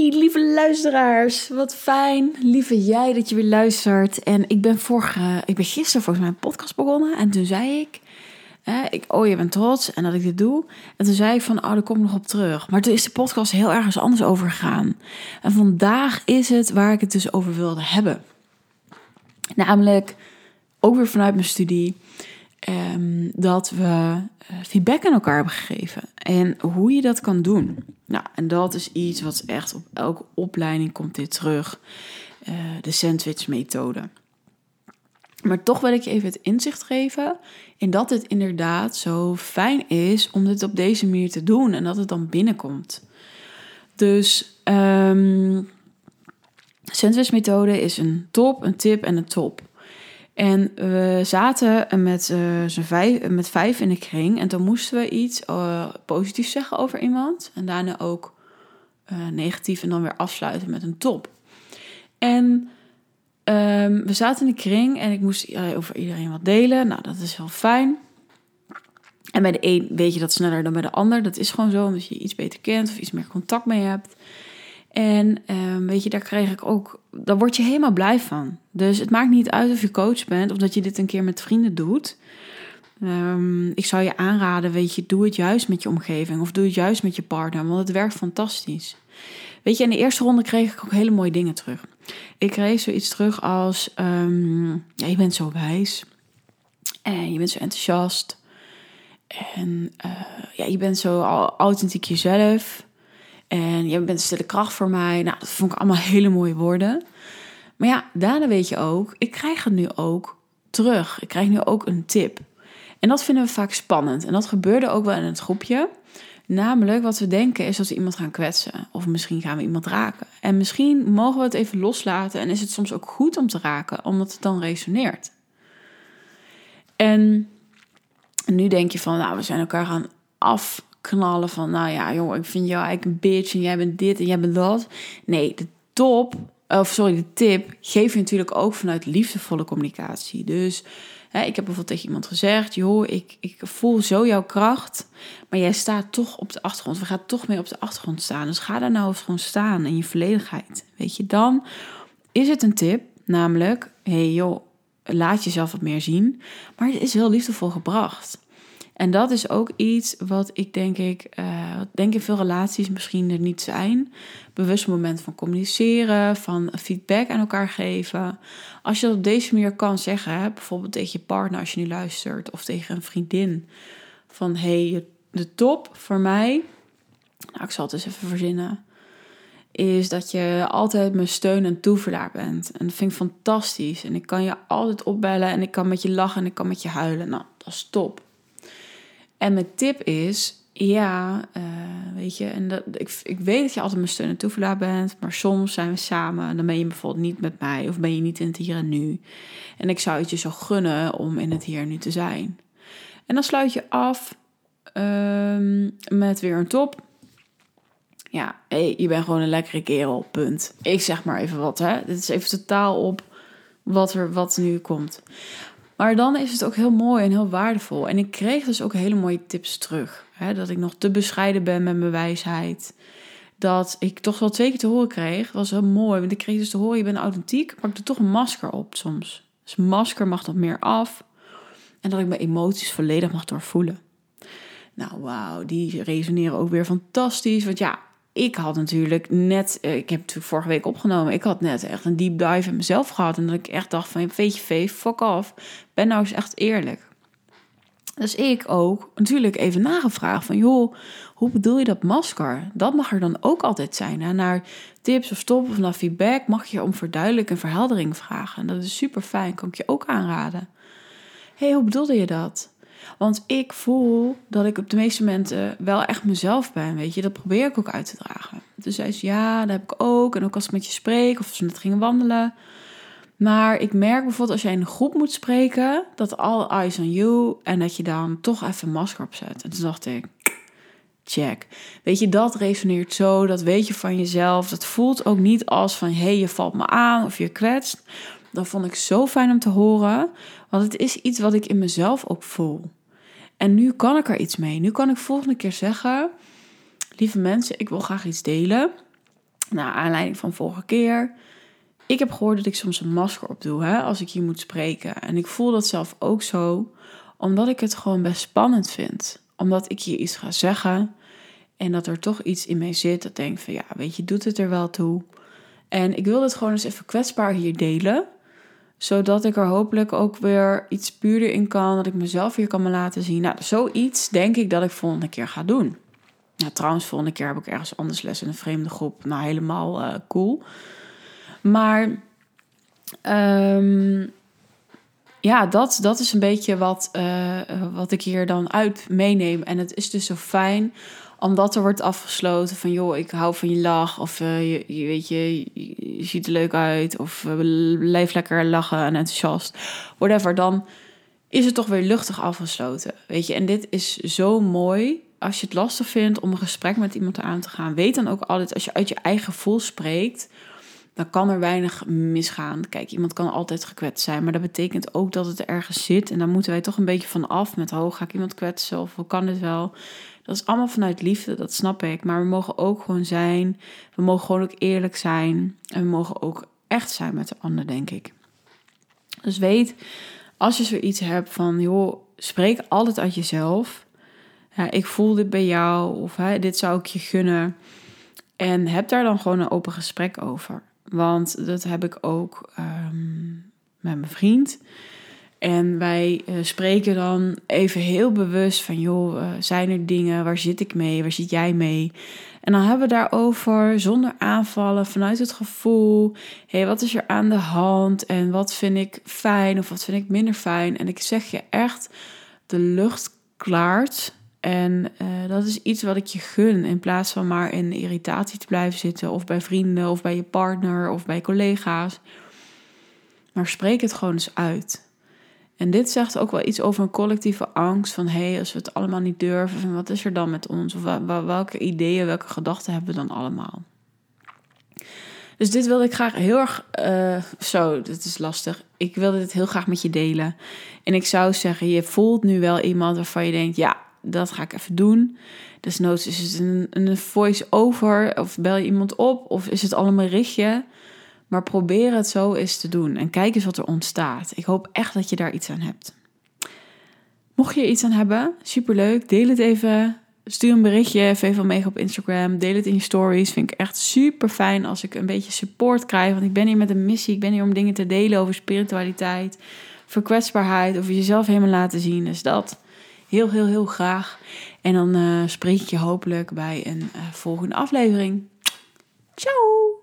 Lieve luisteraars, wat fijn. Lieve jij dat je weer luistert. En ik ben gisteren volgens mij een podcast begonnen. En toen zei ik, je bent trots en dat ik dit doe. En toen zei ik van, daar kom ik nog op terug. Maar toen is de podcast heel ergens anders over gegaan. En vandaag is het waar ik het dus over wilde hebben. Namelijk, ook weer vanuit mijn studie, dat we feedback aan elkaar hebben gegeven. En hoe je dat kan doen. Nou, en dat is iets wat echt op elke opleiding komt dit terug. De sandwich-methode. Maar toch wil ik je even het inzicht geven in dat het inderdaad zo fijn is om dit op deze manier te doen en dat het dan binnenkomt. Dus sandwich-methode is een top, een tip en een top. En we zaten met 5 in de kring. En toen moesten we iets positiefs zeggen over iemand. En daarna ook negatief en dan weer afsluiten met een top. En we zaten in de kring en ik moest over iedereen wat delen. Nou, dat is heel fijn. En bij de een weet je dat sneller dan bij de ander. Dat is gewoon zo, omdat je iets beter kent of iets meer contact mee hebt. En daar word je helemaal blij van. Dus het maakt niet uit of je coach bent of dat je dit een keer met vrienden doet. Ik zou je aanraden, doe het juist met je omgeving of doe het juist met je partner, want het werkt fantastisch. Weet je, in de eerste ronde kreeg ik ook hele mooie dingen terug. Ik kreeg zoiets terug als, je bent zo wijs en je bent zo enthousiast en je bent zo authentiek jezelf. En je bent een stille kracht voor mij. Nou, dat vond ik allemaal hele mooie woorden. Maar ja, daarna weet je ook, ik krijg het nu ook terug. Ik krijg nu ook een tip. En dat vinden we vaak spannend. En dat gebeurde ook wel in het groepje. Namelijk, wat we denken is dat we iemand gaan kwetsen. Of misschien gaan we iemand raken. En misschien mogen we het even loslaten. En is het soms ook goed om te raken, omdat het dan resoneert. En nu denk je van, we zijn elkaar gaan afknallen van, ik vind jou eigenlijk een bitch en jij bent dit en jij bent dat. Nee, de tip geef je natuurlijk ook vanuit liefdevolle communicatie. Dus ik heb bijvoorbeeld tegen iemand gezegd, ik voel zo jouw kracht, maar jij staat toch op de achtergrond. We gaan toch meer op de achtergrond staan. Dus ga daar nou eens gewoon staan in je volledigheid. Weet je, dan is het een tip, namelijk, laat jezelf wat meer zien. Maar het is heel liefdevol gebracht. En dat is ook iets wat ik denk in veel relaties misschien er niet zijn. Bewust moment van communiceren, van feedback aan elkaar geven. Als je dat op deze manier kan zeggen, bijvoorbeeld tegen je partner als je nu luistert, of tegen een vriendin, van de top voor mij, ik zal het eens even verzinnen, is dat je altijd mijn steun en toeverlaat bent. En dat vind ik fantastisch. En ik kan je altijd opbellen en ik kan met je lachen en ik kan met je huilen. Nou, dat is top. En mijn tip is, ik weet dat je altijd mijn steun en toeverlaat bent, maar soms zijn we samen en dan ben je bijvoorbeeld niet met mij of ben je niet in het hier en nu. En ik zou het je zo gunnen om in het hier en nu te zijn. En dan sluit je af met weer een top. Ja, je bent gewoon een lekkere kerel, punt. Ik zeg maar even wat, hè. Dit is even totaal op wat nu komt. Maar dan is het ook heel mooi en heel waardevol. En ik kreeg dus ook hele mooie tips terug. Hè? Dat ik nog te bescheiden ben met mijn wijsheid. Dat ik toch wel 2 keer te horen kreeg. Dat was heel mooi. Want ik kreeg dus te horen, je bent authentiek. Maar ik doe toch een masker op soms. Dus een masker mag wat meer af. En dat ik mijn emoties volledig mag doorvoelen. Nou, wauw. Die resoneren ook weer fantastisch. Want ik had natuurlijk net, ik heb natuurlijk vorige week opgenomen, ik had net echt een deep dive in mezelf gehad. En dat ik echt dacht van, fuck off, ben nou eens echt eerlijk. Dus ik ook natuurlijk even nagevraagd van, hoe bedoel je dat masker? Dat mag er dan ook altijd zijn. Hè? Naar tips of top of naar feedback mag je om verduidelijking en verheldering vragen. En dat is super fijn, kan ik je ook aanraden. Hoe bedoelde je dat? Want ik voel dat ik op de meeste momenten wel echt mezelf ben, weet je. Dat probeer ik ook uit te dragen. Dus zei ze, dat heb ik ook. En ook als ik met je spreek of als we net gingen wandelen. Maar ik merk bijvoorbeeld als jij in een groep moet spreken, dat all eyes on you. En dat je dan toch even een masker opzet. En toen dacht ik, check. Weet je, dat resoneert zo. Dat weet je van jezelf. Dat voelt ook niet als van, je valt me aan of je kwetst. Dat vond ik zo fijn om te horen. Want het is iets wat ik in mezelf ook voel. En nu kan ik er iets mee. Nu kan ik volgende keer zeggen, lieve mensen, ik wil graag iets delen. naar aanleiding van vorige keer. Ik heb gehoord dat ik soms een masker opdoe, als ik hier moet spreken. En ik voel dat zelf ook zo, omdat ik het gewoon best spannend vind. Omdat ik hier iets ga zeggen en dat er toch iets in mij zit dat denkt van, ja, weet je, doet het er wel toe. En ik wil dit gewoon eens even kwetsbaar hier delen, zodat ik er hopelijk ook weer iets puurder in kan, dat ik mezelf hier kan laten zien. Nou, zoiets denk ik dat ik volgende keer ga doen. Nou, trouwens, volgende keer heb ik ergens anders les in een vreemde groep. Nou, helemaal cool. Maar ja, dat is een beetje wat ik hier dan uit meeneem. En het is dus zo fijn, omdat er wordt afgesloten van, joh, ik hou van je lach. Of je weet je ziet er leuk uit. Of blijf lekker lachen en enthousiast. Whatever, dan is het toch weer luchtig afgesloten. Weet je, en dit is zo mooi. Als je het lastig vindt om een gesprek met iemand aan te gaan, weet dan ook altijd, als je uit je eigen gevoel spreekt, dan kan er weinig misgaan. Kijk, iemand kan altijd gekwetst zijn, maar dat betekent ook dat het ergens zit. En dan moeten wij toch een beetje van af met, ga ik iemand kwetsen of hoe kan dit wel? Dat is allemaal vanuit liefde, dat snap ik. Maar we mogen ook gewoon zijn. We mogen gewoon ook eerlijk zijn. En we mogen ook echt zijn met de ander, denk ik. Dus weet, als je zoiets hebt van, joh, spreek altijd uit jezelf. Ja, ik voel dit bij jou of dit zou ik je gunnen. En heb daar dan gewoon een open gesprek over. Want dat heb ik ook met mijn vriend. En wij spreken dan even heel bewust van, joh, zijn er dingen, waar zit ik mee, waar zit jij mee? En dan hebben we daarover, zonder aanvallen, vanuit het gevoel, wat is er aan de hand? En wat vind ik fijn of wat vind ik minder fijn? En ik zeg je echt, de lucht klaart. En dat is iets wat ik je gun, in plaats van maar in irritatie te blijven zitten, of bij vrienden, of bij je partner, of bij collega's. Maar spreek het gewoon eens uit. En dit zegt ook wel iets over een collectieve angst van, als we het allemaal niet durven, wat is er dan met ons? Of welke ideeën, welke gedachten hebben we dan allemaal? Dus dit wilde ik graag heel erg, dit is lastig. Ik wilde dit heel graag met je delen. En ik zou zeggen, je voelt nu wel iemand waarvan je denkt, ja, dat ga ik even doen. Desnoods is het een voice-over, of bel je iemand op, of is het al een berichtje. Maar probeer het zo eens te doen en kijk eens wat er ontstaat. Ik hoop echt dat je daar iets aan hebt. Mocht je er iets aan hebben, superleuk, deel het even. Stuur een berichtje, even mee op Instagram. Deel het in je stories. Vind ik echt super fijn als ik een beetje support krijg. Want ik ben hier met een missie. Ik ben hier om dingen te delen over spiritualiteit, kwetsbaarheid, over jezelf helemaal laten zien. Dus dat heel, heel, heel graag. En dan spreek ik je hopelijk bij een volgende aflevering. Ciao!